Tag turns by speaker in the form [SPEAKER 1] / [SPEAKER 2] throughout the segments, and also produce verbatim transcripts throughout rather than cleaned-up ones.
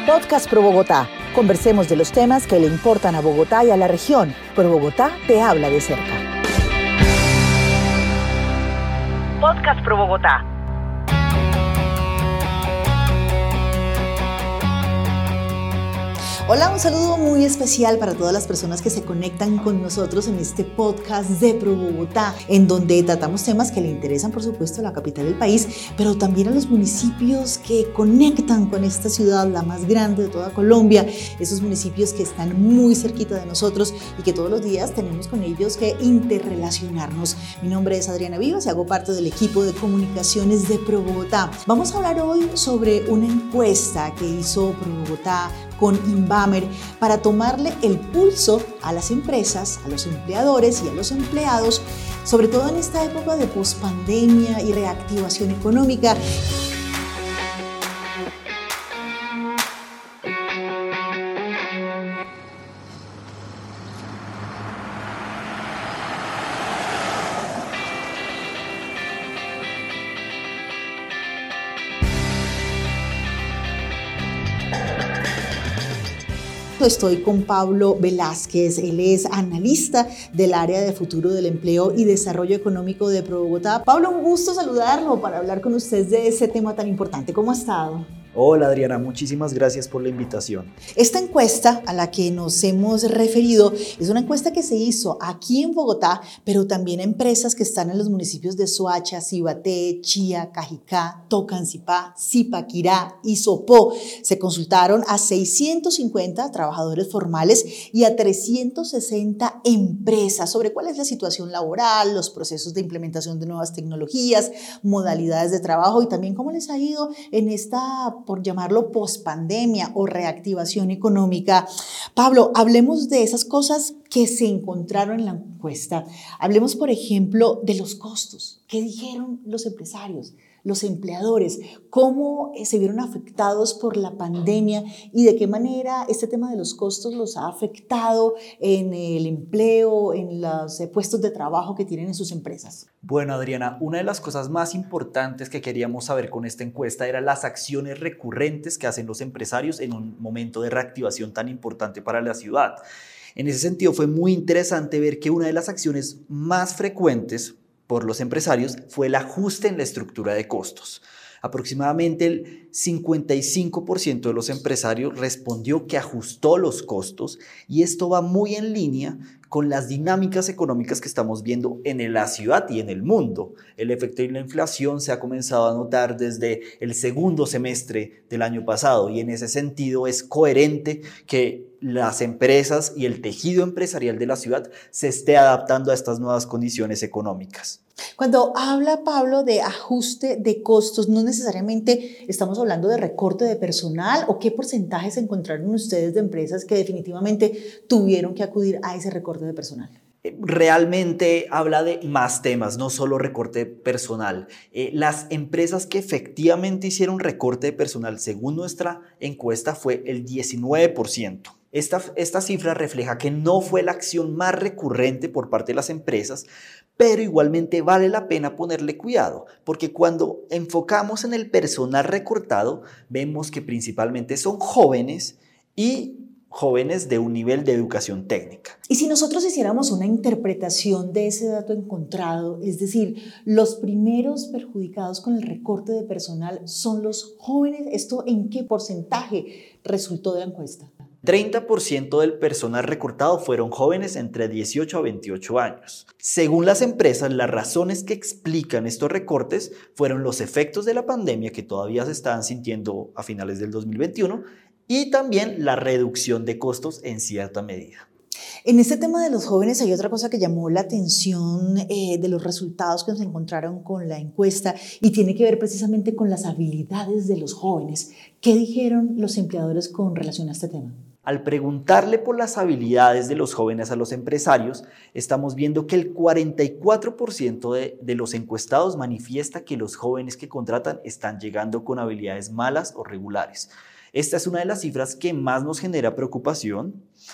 [SPEAKER 1] Podcast Pro Bogotá. Conversemos de los temas que le importan a Bogotá y a la región. Pro Bogotá te habla de cerca. Podcast Pro Bogotá. Hola, un saludo muy especial para todas las personas que se conectan con nosotros en este podcast de Pro Bogotá, en donde tratamos temas que le interesan, por supuesto, a la capital del país, pero también a los municipios que conectan con esta ciudad, la más grande de toda Colombia, esos municipios que están muy cerquita de nosotros y que todos los días tenemos con ellos que interrelacionarnos. Mi nombre es Adriana Vivas y hago parte del equipo de comunicaciones de Pro Bogotá. Vamos a hablar hoy sobre una encuesta que hizo Pro Bogotá con Invamer para tomarle el pulso a las empresas, a los empleadores y a los empleados, sobre todo en esta época de pospandemia y reactivación económica. Estoy con Pablo Velázquez, él es analista del área de futuro del empleo y desarrollo económico de Pro Bogotá. Pablo, un gusto saludarlo para hablar con usted de ese tema tan importante. ¿Cómo ha estado?
[SPEAKER 2] Hola Adriana, muchísimas gracias por la invitación.
[SPEAKER 1] Esta encuesta a la que nos hemos referido es una encuesta que se hizo aquí en Bogotá, pero también a empresas que están en los municipios de Soacha, Cibaté, Chía, Cajicá, Tocancipá, Zipaquirá y Sopó. Se consultaron a seiscientos cincuenta trabajadores formales y a trescientas sesenta empresas sobre cuál es la situación laboral, los procesos de implementación de nuevas tecnologías, modalidades de trabajo y también cómo les ha ido en esta, por llamarlo, pospandemia o reactivación económica. Pablo, hablemos de esas cosas que se encontraron en la encuesta. Hablemos, por ejemplo, de los costos. ¿Qué dijeron los empresarios, los empleadores? ¿Cómo se vieron afectados por la pandemia y de qué manera este tema de los costos los ha afectado en el empleo, en los puestos de trabajo que tienen en sus empresas?
[SPEAKER 2] Bueno, Adriana, una de las cosas más importantes que queríamos saber con esta encuesta eran las acciones recurrentes que hacen los empresarios en un momento de reactivación tan importante para la ciudad. En ese sentido, fue muy interesante ver que una de las acciones más frecuentes por los empresarios fue el ajuste en la estructura de costos. Aproximadamente el cincuenta y cinco por ciento de los empresarios respondió que ajustó los costos y esto va muy en línea con las dinámicas económicas que estamos viendo en la ciudad y en el mundo. El efecto de la inflación se ha comenzado a notar desde el segundo semestre del año pasado y en ese sentido es coherente que las empresas y el tejido empresarial de la ciudad se esté adaptando a estas nuevas condiciones económicas.
[SPEAKER 1] Cuando habla Pablo de ajuste de costos, no necesariamente estamos hablando de recorte de personal, o qué porcentajes encontraron ustedes de empresas que definitivamente tuvieron que acudir a ese recorte de personal.
[SPEAKER 2] Realmente habla de más temas, no solo recorte personal. Eh, las empresas que efectivamente hicieron recorte de personal, según nuestra encuesta, fue el diecinueve por ciento. Esta, esta cifra refleja que no fue la acción más recurrente por parte de las empresas, pero igualmente vale la pena ponerle cuidado, porque cuando enfocamos en el personal recortado, vemos que principalmente son jóvenes y jóvenes de un nivel de educación técnica.
[SPEAKER 1] Y si nosotros hiciéramos una interpretación de ese dato encontrado, es decir, los primeros perjudicados con el recorte de personal son los jóvenes, ¿esto en qué porcentaje resultó de la encuesta?
[SPEAKER 2] treinta por ciento del personal recortado fueron jóvenes entre dieciocho a veintiocho años. Según las empresas, las razones que explican estos recortes fueron los efectos de la pandemia que todavía se estaban sintiendo a finales del dos mil veintiuno y también la reducción de costos en cierta medida.
[SPEAKER 1] En este tema de los jóvenes hay otra cosa que llamó la atención eh, de los resultados que se encontraron con la encuesta y tiene que ver precisamente con las habilidades de los jóvenes. ¿Qué dijeron los empleadores con relación a este tema?
[SPEAKER 2] Al preguntarle por las habilidades de los jóvenes a los empresarios, estamos viendo que el cuarenta y cuatro por ciento de, de los encuestados manifiesta que los jóvenes que contratan están llegando con habilidades malas o regulares. Esta es una de las cifras que más nos genera preocupación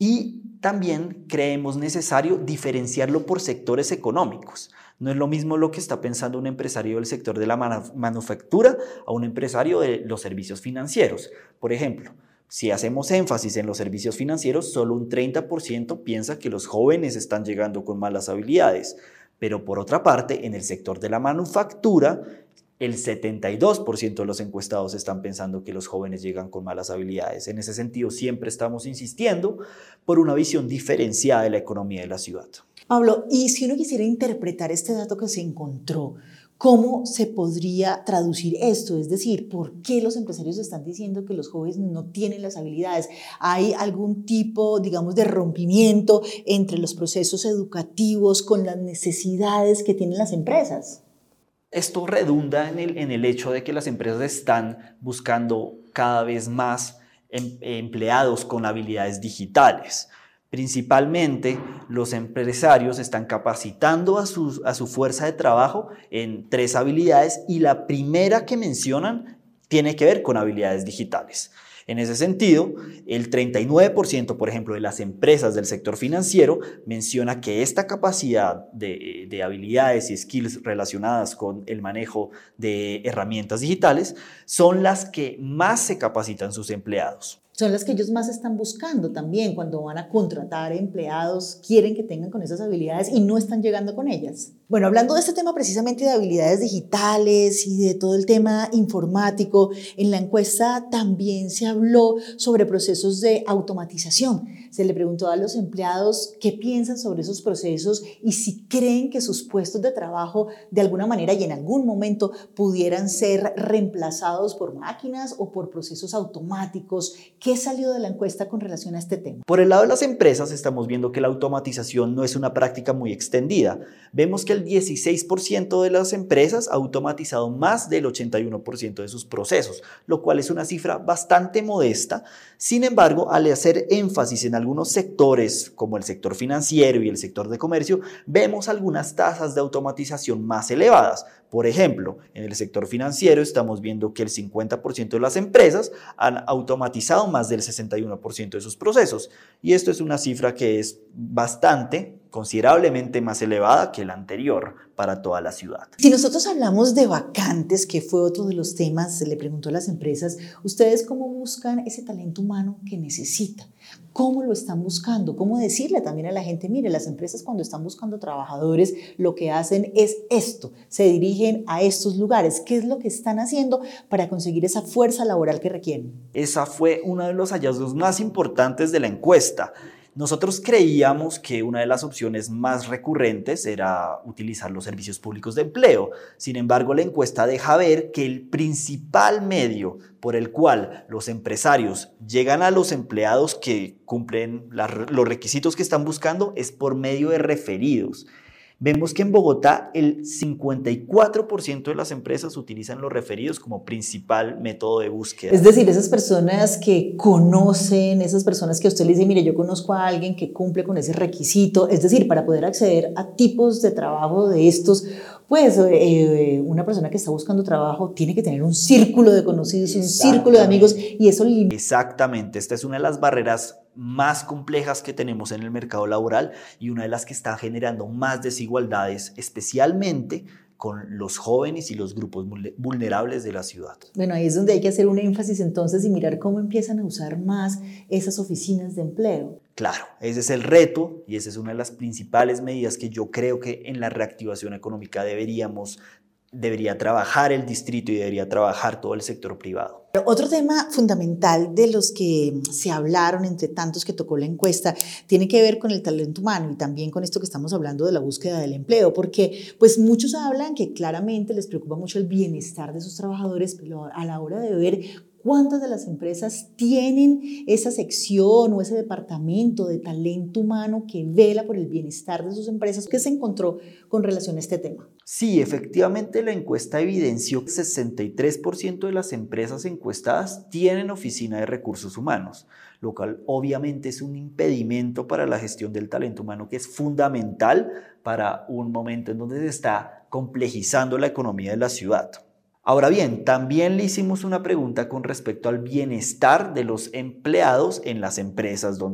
[SPEAKER 2] Y también creemos necesario diferenciarlo por sectores económicos. No es lo mismo lo que está pensando un empresario del sector de la manufactura a un empresario de los servicios financieros. Por ejemplo, si hacemos énfasis en los servicios financieros, solo un treinta por ciento piensa que los jóvenes están llegando con malas habilidades. Pero por otra parte, en el sector de la manufactura, el setenta y dos por ciento de los encuestados están pensando que los jóvenes llegan con malas habilidades. En ese sentido, siempre estamos insistiendo por una visión diferenciada de la economía de la ciudad.
[SPEAKER 1] Pablo, y si uno quisiera interpretar este dato que se encontró, ¿cómo se podría traducir esto? Es decir, ¿por qué los empresarios están diciendo que los jóvenes no tienen las habilidades? ¿Hay algún tipo, digamos, de rompimiento entre los procesos educativos con las necesidades que tienen las empresas?
[SPEAKER 2] Esto redunda en el, en el hecho de que las empresas están buscando cada vez más em, empleados con habilidades digitales. Principalmente, los empresarios están capacitando a su, a su fuerza de trabajo en tres habilidades y la primera que mencionan tiene que ver con habilidades digitales. En ese sentido, el treinta y nueve por ciento, por ejemplo, de las empresas del sector financiero menciona que esta capacidad de, de habilidades y skills relacionadas con el manejo de herramientas digitales son las que más se capacitan sus empleados.
[SPEAKER 1] Son las que ellos más están buscando también cuando van a contratar empleados, quieren que tengan con esas habilidades y no están llegando con ellas. Bueno, hablando de este tema precisamente de habilidades digitales y de todo el tema informático, en la encuesta también se habló sobre procesos de automatización. Se le preguntó a los empleados qué piensan sobre esos procesos y si creen que sus puestos de trabajo de alguna manera y en algún momento pudieran ser reemplazados por máquinas o por procesos automáticos. ¿Qué salió de la encuesta con relación a este tema?
[SPEAKER 2] Por el lado de las empresas estamos viendo que la automatización no es una práctica muy extendida. Vemos que el dieciséis por ciento de las empresas ha automatizado más del ochenta y uno por ciento de sus procesos, lo cual es una cifra bastante modesta. Sin embargo, al hacer énfasis en algunos sectores como el sector financiero y el sector de comercio, vemos algunas tasas de automatización más elevadas. Por ejemplo, en el sector financiero estamos viendo que el cincuenta por ciento de las empresas han automatizado más del sesenta y uno por ciento de sus procesos. Y esto es una cifra que es bastante, considerablemente más elevada que la anterior para toda la ciudad.
[SPEAKER 1] Si nosotros hablamos de vacantes, que fue otro de los temas, se le preguntó a las empresas, ¿ustedes cómo buscan ese talento humano que necesitan? ¿Cómo lo están buscando? ¿Cómo decirle también a la gente, mire, las empresas cuando están buscando trabajadores lo que hacen es esto, se dirigen a estos lugares? ¿Qué es lo que están haciendo para conseguir esa fuerza laboral que requieren?
[SPEAKER 2] Esa fue uno de los hallazgos más importantes de la encuesta. Nosotros creíamos que una de las opciones más recurrentes era utilizar los servicios públicos de empleo. Sin embargo, la encuesta deja ver que el principal medio por el cual los empresarios llegan a los empleados que cumplen la, los requisitos que están buscando es por medio de referidos. Vemos que en Bogotá el cincuenta y cuatro por ciento de las empresas utilizan los referidos como principal método de búsqueda.
[SPEAKER 1] Es decir, esas personas que conocen, esas personas que usted le dice, mire, yo conozco a alguien que cumple con ese requisito, es decir, para poder acceder a tipos de trabajo de estos, pues eh, una persona que está buscando trabajo tiene que tener un círculo de conocidos, un círculo de amigos y eso limita.
[SPEAKER 2] Exactamente, esta es una de las barreras más complejas que tenemos en el mercado laboral y una de las que está generando más desigualdades, especialmente con los jóvenes y los grupos vulnerables de la ciudad.
[SPEAKER 1] Bueno, ahí es donde hay que hacer un énfasis entonces y mirar cómo empiezan a usar más esas oficinas de empleo.
[SPEAKER 2] Claro, ese es el reto y esa es una de las principales medidas que yo creo que en la reactivación económica deberíamos debería trabajar el distrito y debería trabajar todo el sector privado.
[SPEAKER 1] Otro tema fundamental de los que se hablaron entre tantos que tocó la encuesta tiene que ver con el talento humano y también con esto que estamos hablando de la búsqueda del empleo, porque pues muchos hablan que claramente les preocupa mucho el bienestar de sus trabajadores, pero a la hora de ver ¿cuántas de las empresas tienen esa sección o ese departamento de talento humano que vela por el bienestar de sus empresas? ¿Qué se encontró con relación a este tema?
[SPEAKER 2] Sí, efectivamente la encuesta evidenció que sesenta y tres por ciento de las empresas encuestadas tienen oficina de recursos humanos, lo cual obviamente es un impedimento para la gestión del talento humano que es fundamental para un momento en donde se está complejizando la economía de la ciudad. Ahora bien, también le hicimos una pregunta con respecto al bienestar de los empleados en las empresas donde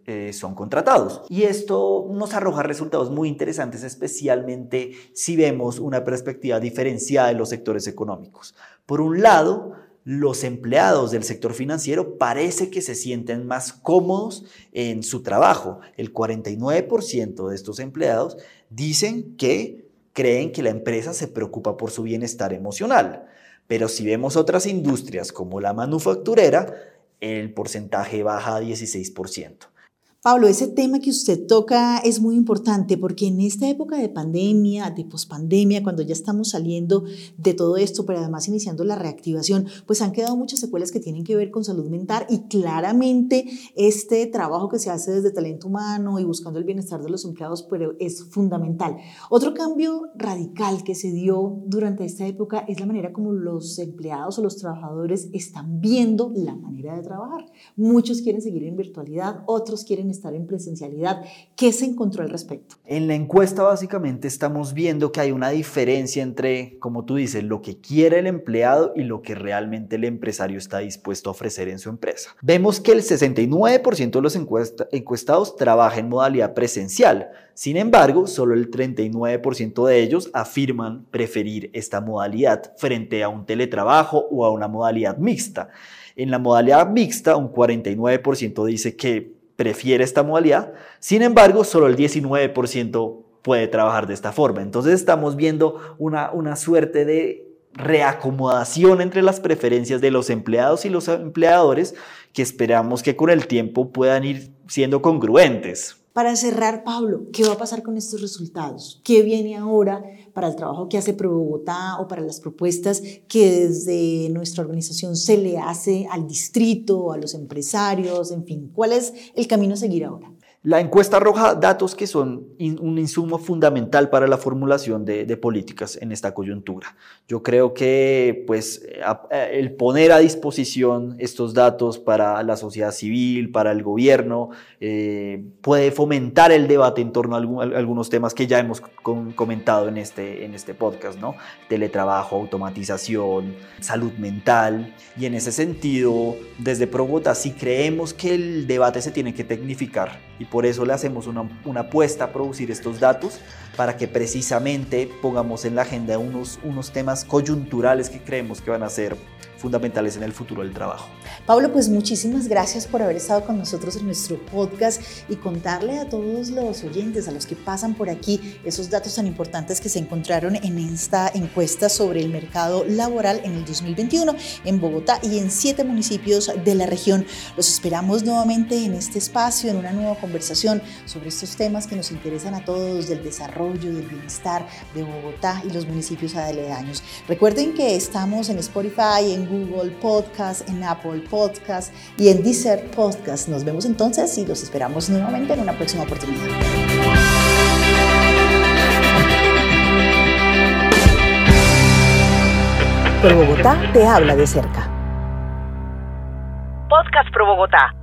[SPEAKER 2] eh, son contratados. Y esto nos arroja resultados muy interesantes, especialmente si vemos una perspectiva diferenciada de los sectores económicos. Por un lado, los empleados del sector financiero parece que se sienten más cómodos en su trabajo. El cuarenta y nueve por ciento de estos empleados dicen que creen que la empresa se preocupa por su bienestar emocional. Pero si vemos otras industrias como la manufacturera, el porcentaje baja a dieciséis por ciento.
[SPEAKER 1] Pablo, ese tema que usted toca es muy importante porque en esta época de pandemia, de pospandemia, cuando ya estamos saliendo de todo esto, pero además iniciando la reactivación, pues han quedado muchas secuelas que tienen que ver con salud mental y claramente este trabajo que se hace desde talento humano y buscando el bienestar de los empleados pero es fundamental. Otro cambio radical que se dio durante esta época es la manera como los empleados o los trabajadores están viendo la manera de trabajar. Muchos quieren seguir en virtualidad, otros quieren estar en presencialidad. ¿Qué se encontró al respecto?
[SPEAKER 2] En la encuesta básicamente estamos viendo que hay una diferencia entre, como tú dices, lo que quiere el empleado y lo que realmente el empresario está dispuesto a ofrecer en su empresa. Vemos que el sesenta y nueve por ciento de los encuesta, encuestados trabaja en modalidad presencial. Sin embargo, solo el treinta y nueve por ciento de ellos afirman preferir esta modalidad frente a un teletrabajo o a una modalidad mixta. En la modalidad mixta, un cuarenta y nueve por ciento dice que prefiere esta modalidad, sin embargo, solo el diecinueve por ciento puede trabajar de esta forma. Entonces estamos viendo una, una suerte de reacomodación entre las preferencias de los empleados y los empleadores que esperamos que con el tiempo puedan ir siendo congruentes.
[SPEAKER 1] Para cerrar, Pablo, ¿qué va a pasar con estos resultados? ¿Qué viene ahora para el trabajo que hace ProBogotá o para las propuestas que desde nuestra organización se le hace al distrito, a los empresarios, en fin? ¿Cuál es el camino a seguir ahora?
[SPEAKER 2] La encuesta arroja datos que son in, un insumo fundamental para la formulación de, de políticas en esta coyuntura. Yo creo que pues, a, a, el poner a disposición estos datos para la sociedad civil, para el gobierno, eh, puede fomentar el debate en torno a, algún, a algunos temas que ya hemos com comentado en este, en este podcast, ¿no? Teletrabajo, automatización, salud mental. Y en ese sentido, desde ProBogotá sí creemos que el debate se tiene que tecnificar y por eso le hacemos una, una apuesta a producir estos datos para que precisamente pongamos en la agenda unos, unos temas coyunturales que creemos que van a ser fundamentales en el futuro del trabajo.
[SPEAKER 1] Pablo, pues muchísimas gracias por haber estado con nosotros en nuestro podcast y contarle a todos los oyentes, a los que pasan por aquí, esos datos tan importantes que se encontraron en esta encuesta sobre el mercado laboral en el dos mil veintiuno en Bogotá y en siete municipios de la región. Los esperamos nuevamente en este espacio, en una nueva conversación sobre estos temas que nos interesan a todos, del desarrollo, del bienestar de Bogotá y los municipios aledaños. Recuerden que estamos en Spotify, en Google Podcast, en Apple Podcast y en Deezer Podcast. Nos vemos entonces y los esperamos nuevamente en una próxima oportunidad. ProBogotá te habla de cerca.
[SPEAKER 3] Podcast ProBogotá.